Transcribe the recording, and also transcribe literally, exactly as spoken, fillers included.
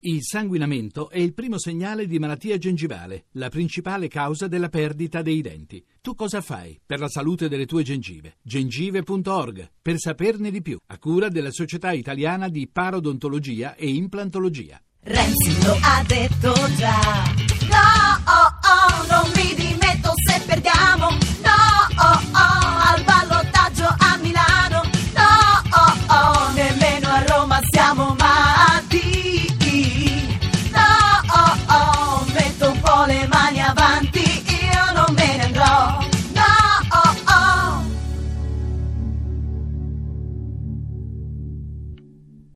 Il sanguinamento è il primo segnale di malattia gengivale, la principale causa della perdita dei denti. Tu cosa fai per la salute delle tue gengive? gengive punto org, per saperne di più, a cura della Società Italiana di Parodontologia e Implantologia. Renzi lo ha detto già.